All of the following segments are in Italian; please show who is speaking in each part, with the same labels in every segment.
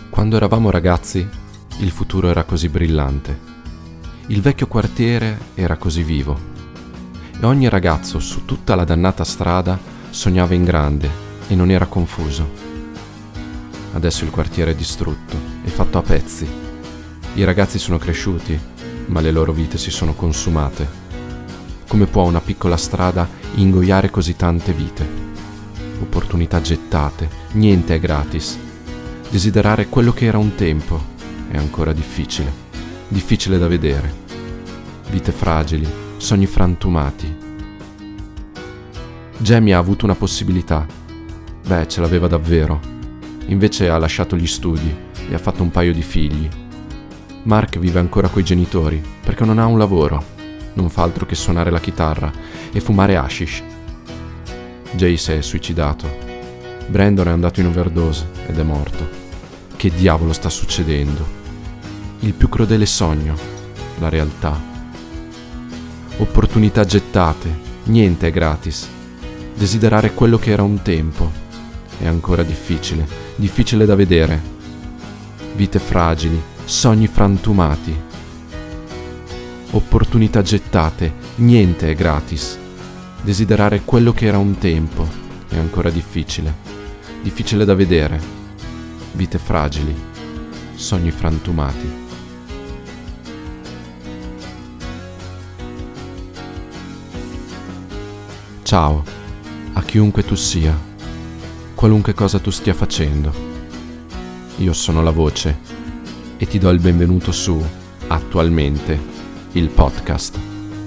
Speaker 1: Quando eravamo ragazzi, il futuro era così brillante. Il vecchio quartiere era così vivo. E ogni ragazzo su tutta la dannata strada sognava in grande e non era confuso. Adesso il quartiere è distrutto e fatto a pezzi. I ragazzi sono cresciuti, ma le loro vite si sono consumate. Come può una piccola strada ingoiare così tante vite? Opportunità gettate, niente è gratis. Desiderare quello che era un tempo è ancora difficile, difficile da vedere. Vite fragili, sogni frantumati. Jamie ha avuto una possibilità. Ce l'aveva davvero. Invece ha lasciato gli studi e ha fatto un paio di figli. Mark vive ancora coi genitori perché non ha un lavoro. Non fa altro che suonare la chitarra e fumare hashish. Jace è suicidato. Brandon è andato in overdose ed è morto. Che diavolo sta succedendo? Il più crudele sogno, la realtà. Opportunità gettate, niente è gratis. Desiderare quello che era un tempo è ancora difficile, difficile da vedere. Vite fragili, sogni frantumati. Opportunità gettate, niente è gratis. Desiderare quello che era un tempo è ancora difficile, difficile da vedere. Vite fragili, sogni frantumati. Ciao, a chiunque tu sia, qualunque cosa tu stia facendo. Io sono la voce e ti do il benvenuto su Attualmente, il podcast.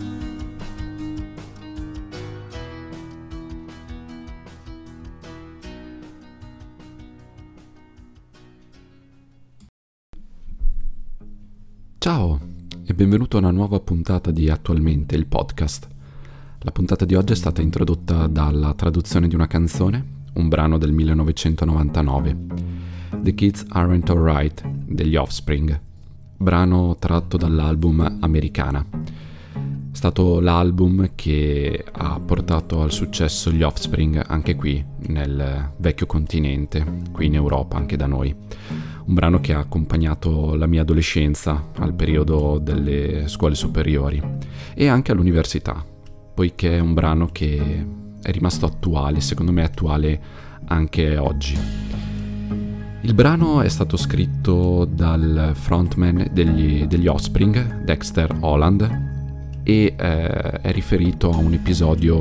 Speaker 1: Ciao e benvenuto a una nuova puntata di Attualmente, il podcast. La puntata di oggi è stata introdotta dalla traduzione di una canzone, un brano del 1999, The Kids Aren't Alright degli Offspring, brano tratto dall'album Americana. È stato l'album che ha portato al successo gli Offspring anche qui nel vecchio continente, qui in Europa, anche da noi. Un brano che ha accompagnato la mia adolescenza al periodo delle scuole superiori e anche all'università, poiché è un brano che è rimasto attuale, secondo me è attuale anche oggi. Il brano è stato scritto dal frontman degli Offspring, Dexter Holland, e è riferito a un episodio,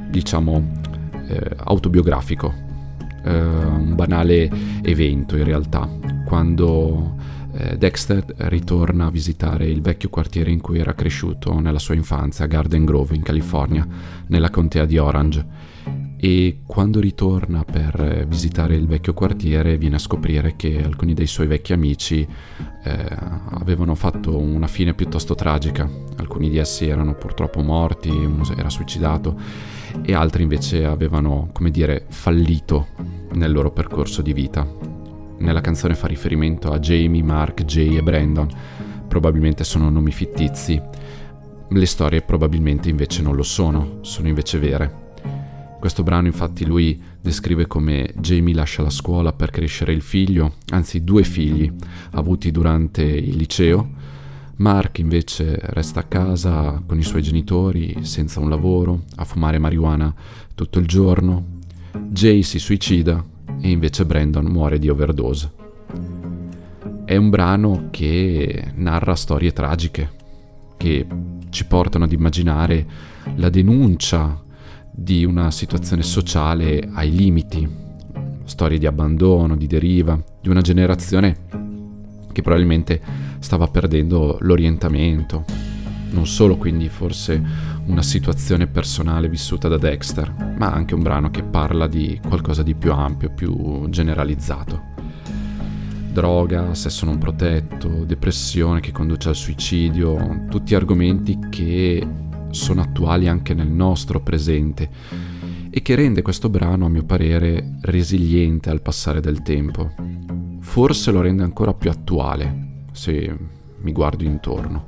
Speaker 1: autobiografico, un banale evento in realtà, quando Dexter ritorna a visitare il vecchio quartiere in cui era cresciuto nella sua infanzia, a Garden Grove in California, nella contea di Orange. E quando ritorna per visitare il vecchio quartiere viene a scoprire che alcuni dei suoi vecchi amici avevano fatto una fine piuttosto tragica. Alcuni di essi erano purtroppo morti, uno era suicidato e altri invece avevano, fallito nel loro percorso di vita. Nella canzone fa riferimento a Jamie, Mark, Jay e Brandon. Probabilmente sono nomi fittizi. Le storie probabilmente invece non lo sono invece vere. Questo brano infatti lui descrive come Jamie lascia la scuola per crescere il figlio, anzi 2 figli avuti durante il liceo. Mark invece resta a casa con i suoi genitori senza un lavoro, a fumare marijuana tutto il giorno. Jay si suicida e invece Brandon muore di overdose. È un brano che narra storie tragiche che ci portano ad immaginare la denuncia di una situazione sociale ai limiti, storie di abbandono, di deriva, di una generazione che probabilmente stava perdendo l'orientamento. Non solo quindi forse una situazione personale vissuta da Dexter, ma anche un brano che parla di qualcosa di più ampio, più generalizzato. Droga, sesso non protetto, depressione che conduce al suicidio, tutti argomenti che sono attuali anche nel nostro presente e che rende questo brano, a mio parere, resiliente al passare del tempo. Forse lo rende ancora più attuale, se mi guardo intorno.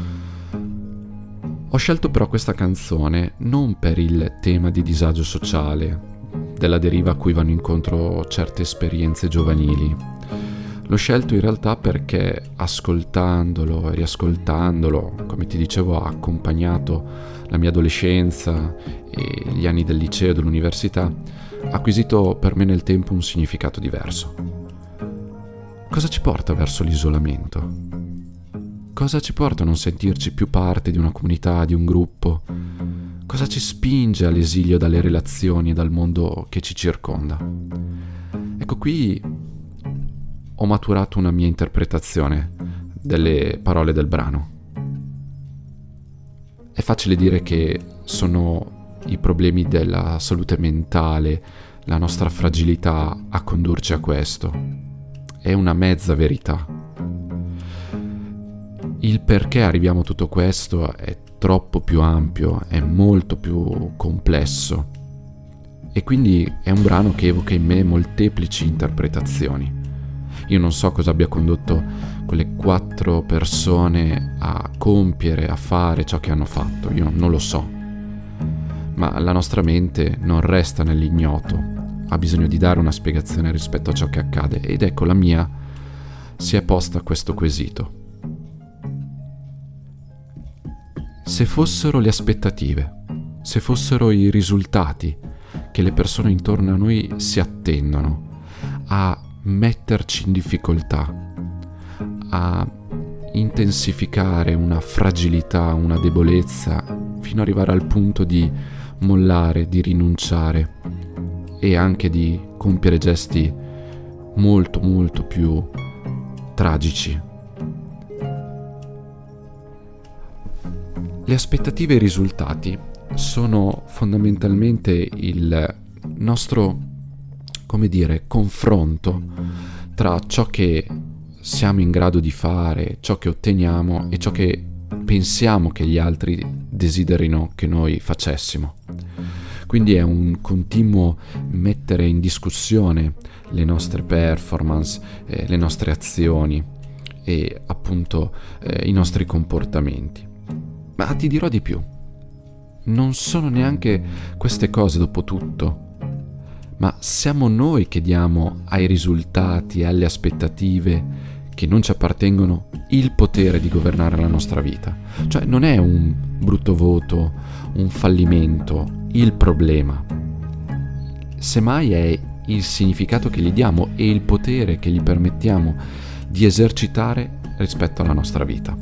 Speaker 1: Ho scelto però questa canzone non per il tema di disagio sociale, della deriva a cui vanno incontro certe esperienze giovanili. L'ho scelto in realtà perché ascoltandolo e riascoltandolo, come ti dicevo, ha accompagnato la mia adolescenza e gli anni del liceo e dell'università, ha acquisito per me nel tempo un significato diverso. Cosa ci porta verso l'isolamento? Cosa ci porta a non sentirci più parte di una comunità, di un gruppo? Cosa ci spinge all'esilio dalle relazioni e dal mondo che ci circonda? Ecco, qui ho maturato una mia interpretazione delle parole del brano. È facile dire che sono i problemi della salute mentale, la nostra fragilità a condurci a questo. È una mezza verità. Il perché arriviamo a tutto questo è troppo più ampio, è molto più complesso e quindi è un brano che evoca in me molteplici interpretazioni. Io non so cosa abbia condotto quelle 4 persone a compiere, a fare ciò che hanno fatto, io non lo so, ma la nostra mente non resta nell'ignoto, ha bisogno di dare una spiegazione rispetto a ciò che accade ed ecco la mia si è posta questo quesito. Se fossero le aspettative, se fossero i risultati che le persone intorno a noi si attendono a metterci in difficoltà, a intensificare una fragilità, una debolezza, fino ad arrivare al punto di mollare, di rinunciare e anche di compiere gesti molto molto più tragici. Le aspettative e i risultati sono fondamentalmente il nostro, confronto tra ciò che siamo in grado di fare, ciò che otteniamo e ciò che pensiamo che gli altri desiderino che noi facessimo. Quindi è un continuo mettere in discussione le nostre performance, le nostre azioni e appunto i nostri comportamenti. Ma ti dirò di più, non sono neanche queste cose dopo tutto, ma siamo noi che diamo ai risultati e alle aspettative che non ci appartengono il potere di governare la nostra vita. Cioè non è un brutto voto, un fallimento, il problema. Semmai è il significato che gli diamo e il potere che gli permettiamo di esercitare rispetto alla nostra vita.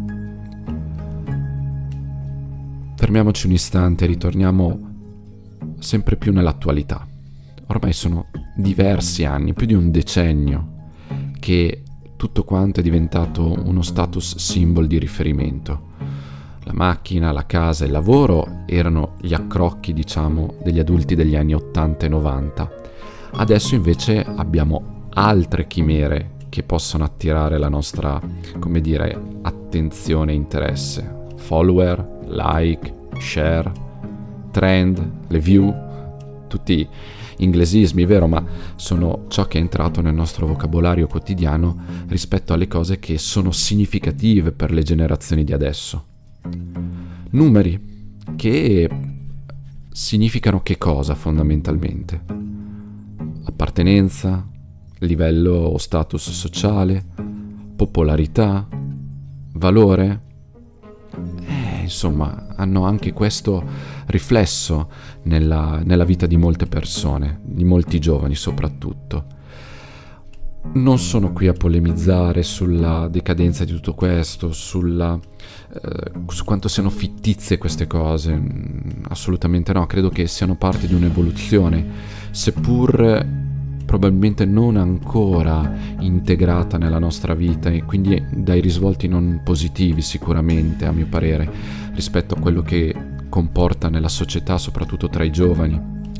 Speaker 1: Fermiamoci un istante e ritorniamo sempre più nell'attualità. Ormai sono diversi anni, più di un decennio, che tutto quanto è diventato uno status symbol di riferimento. La macchina, la casa, il lavoro erano gli accrocchi, degli adulti degli anni 80 e 90. Adesso invece abbiamo altre chimere che possono attirare la nostra, attenzione e interesse. Follower, like, share, trend, le view, tutti inglesismi, vero, ma sono ciò che è entrato nel nostro vocabolario quotidiano rispetto alle cose che sono significative per le generazioni di adesso. Numeri che significano che cosa fondamentalmente? Appartenenza, livello o status sociale, popolarità, valore? Insomma, hanno anche questo riflesso nella vita di molte persone, di molti giovani soprattutto. Non sono qui a polemizzare sulla decadenza di tutto questo, su quanto siano fittizie queste cose, assolutamente no, credo che siano parte di un'evoluzione, seppur probabilmente non ancora integrata nella nostra vita e quindi dai risvolti non positivi sicuramente, a mio parere, rispetto a quello che comporta nella società, soprattutto tra i giovani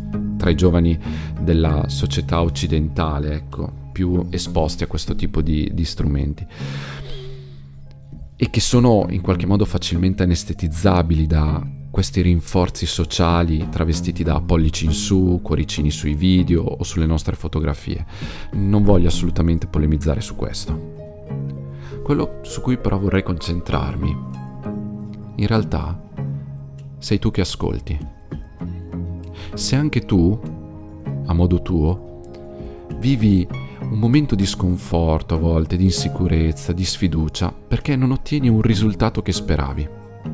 Speaker 1: della società occidentale, ecco, più esposti a questo tipo di strumenti e che sono in qualche modo facilmente anestetizzabili da questi rinforzi sociali travestiti da pollici in su, cuoricini sui video o sulle nostre fotografie. Non voglio assolutamente polemizzare su questo. Quello su cui però vorrei concentrarmi, in realtà, sei tu che ascolti. Se anche tu, a modo tuo, vivi un momento di sconforto a volte, di insicurezza, di sfiducia, perché non ottieni un risultato che speravi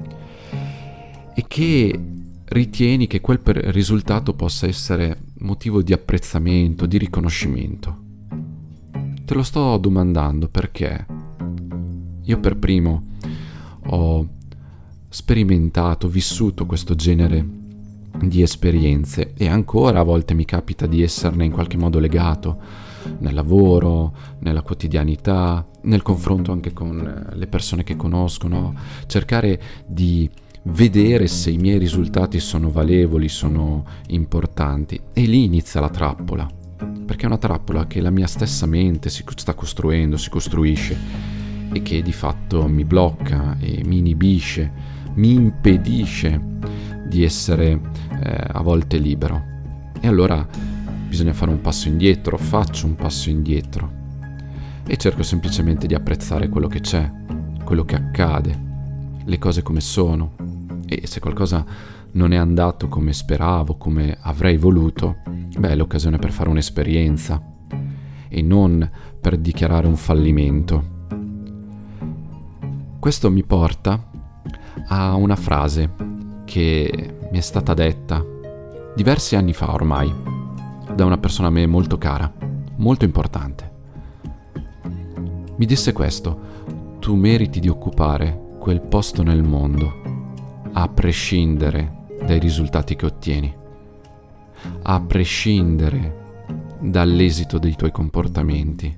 Speaker 1: e che ritieni che quel risultato possa essere motivo di apprezzamento, di riconoscimento. Te lo sto domandando perché io per primo ho sperimentato, vissuto questo genere di esperienze e ancora a volte mi capita di esserne in qualche modo legato nel lavoro, nella quotidianità, nel confronto anche con le persone che conoscono, cercare di vedere se i miei risultati sono valevoli, sono importanti, e lì inizia la trappola, perché è una trappola che la mia stessa mente si sta costruendo, si costruisce e che di fatto mi blocca e mi inibisce, mi impedisce di essere a volte libero. E allora bisogna fare un passo indietro, faccio un passo indietro e cerco semplicemente di apprezzare quello che c'è, quello che accade, le cose come sono, e se qualcosa non è andato come speravo, come avrei voluto, è l'occasione per fare un'esperienza e non per dichiarare un fallimento. Questo mi porta a una frase che mi è stata detta diversi anni fa ormai da una persona a me molto cara, molto importante. Mi disse questo: tu meriti di occupare quel posto nel mondo a prescindere dai risultati che ottieni, a prescindere dall'esito dei tuoi comportamenti.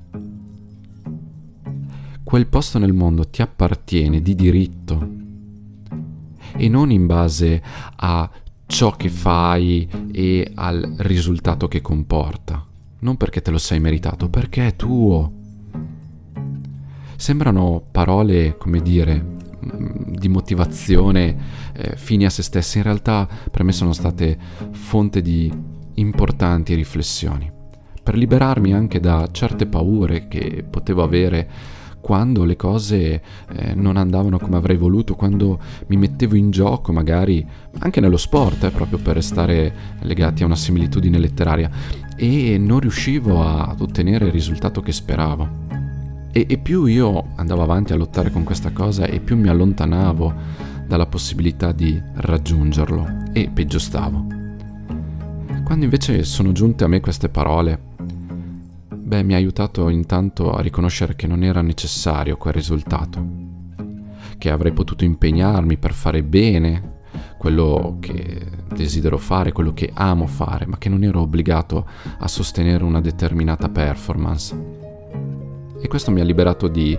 Speaker 1: Quel posto nel mondo ti appartiene di diritto e non in base a ciò che fai e al risultato che comporta, non perché te lo sei meritato, perché è tuo. Sembrano parole, come dire, di motivazione fini a se stesse. In realtà per me sono state fonte di importanti riflessioni, per liberarmi anche da certe paure che potevo avere quando le cose non andavano come avrei voluto, quando mi mettevo in gioco, magari anche nello sport, proprio per restare legati a una similitudine letteraria, e non riuscivo ad ottenere il risultato che speravo. E più io andavo avanti a lottare con questa cosa e più mi allontanavo dalla possibilità di raggiungerlo e peggio stavo. Quando invece sono giunte a me queste parole, mi ha aiutato intanto a riconoscere che non era necessario quel risultato, che avrei potuto impegnarmi per fare bene quello che desidero fare, quello che amo fare, ma che non ero obbligato a sostenere una determinata performance. E questo mi ha liberato di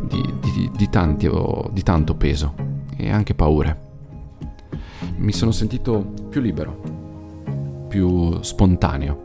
Speaker 1: tanto peso e anche paure. Mi sono sentito più libero, più spontaneo.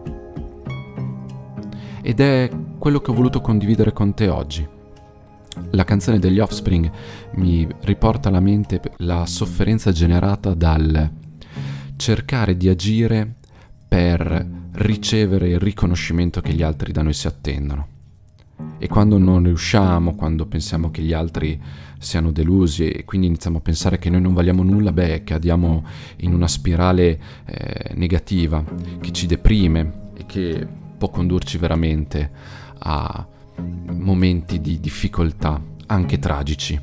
Speaker 1: Ed è quello che ho voluto condividere con te oggi. La canzone degli Offspring mi riporta alla mente la sofferenza generata dal cercare di agire per ricevere il riconoscimento che gli altri da noi si attendono. E quando non riusciamo, quando pensiamo che gli altri siano delusi e quindi iniziamo a pensare che noi non valiamo nulla, cadiamo in una spirale negativa che ci deprime e che può condurci veramente a momenti di difficoltà, anche tragici.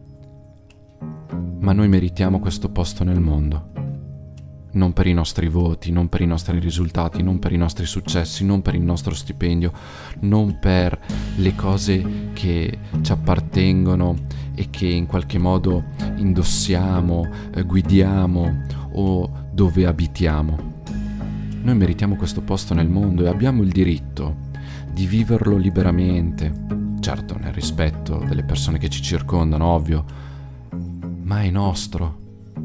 Speaker 1: Ma noi meritiamo questo posto nel mondo, non per i nostri voti, non per i nostri risultati, non per i nostri successi, non per il nostro stipendio, non per le cose che ci appartengono e che in qualche modo indossiamo, guidiamo o dove abitiamo. Noi meritiamo questo posto nel mondo e abbiamo il diritto di viverlo liberamente, certo nel rispetto delle persone che ci circondano, ovvio, ma è nostro.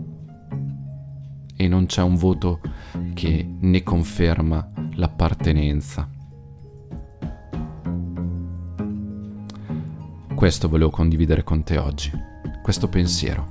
Speaker 1: E non c'è un voto che ne conferma l'appartenenza. Questo volevo condividere con te oggi, questo pensiero.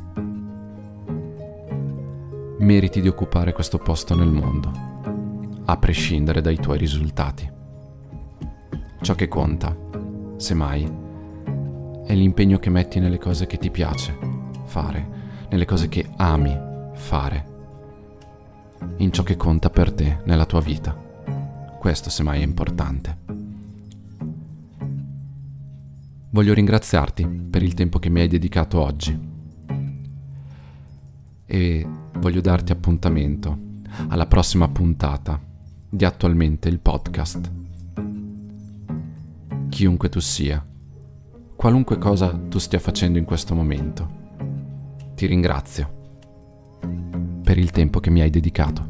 Speaker 1: Meriti di occupare questo posto nel mondo, a prescindere dai tuoi risultati. Ciò che conta, semmai, è l'impegno che metti nelle cose che ti piace fare, nelle cose che ami fare, in ciò che conta per te nella tua vita. Questo semmai è importante. Voglio ringraziarti per il tempo che mi hai dedicato oggi e voglio darti appuntamento alla prossima puntata di Attualmente il podcast. Chiunque tu sia, qualunque cosa tu stia facendo in questo momento, ti ringrazio per il tempo che mi hai dedicato.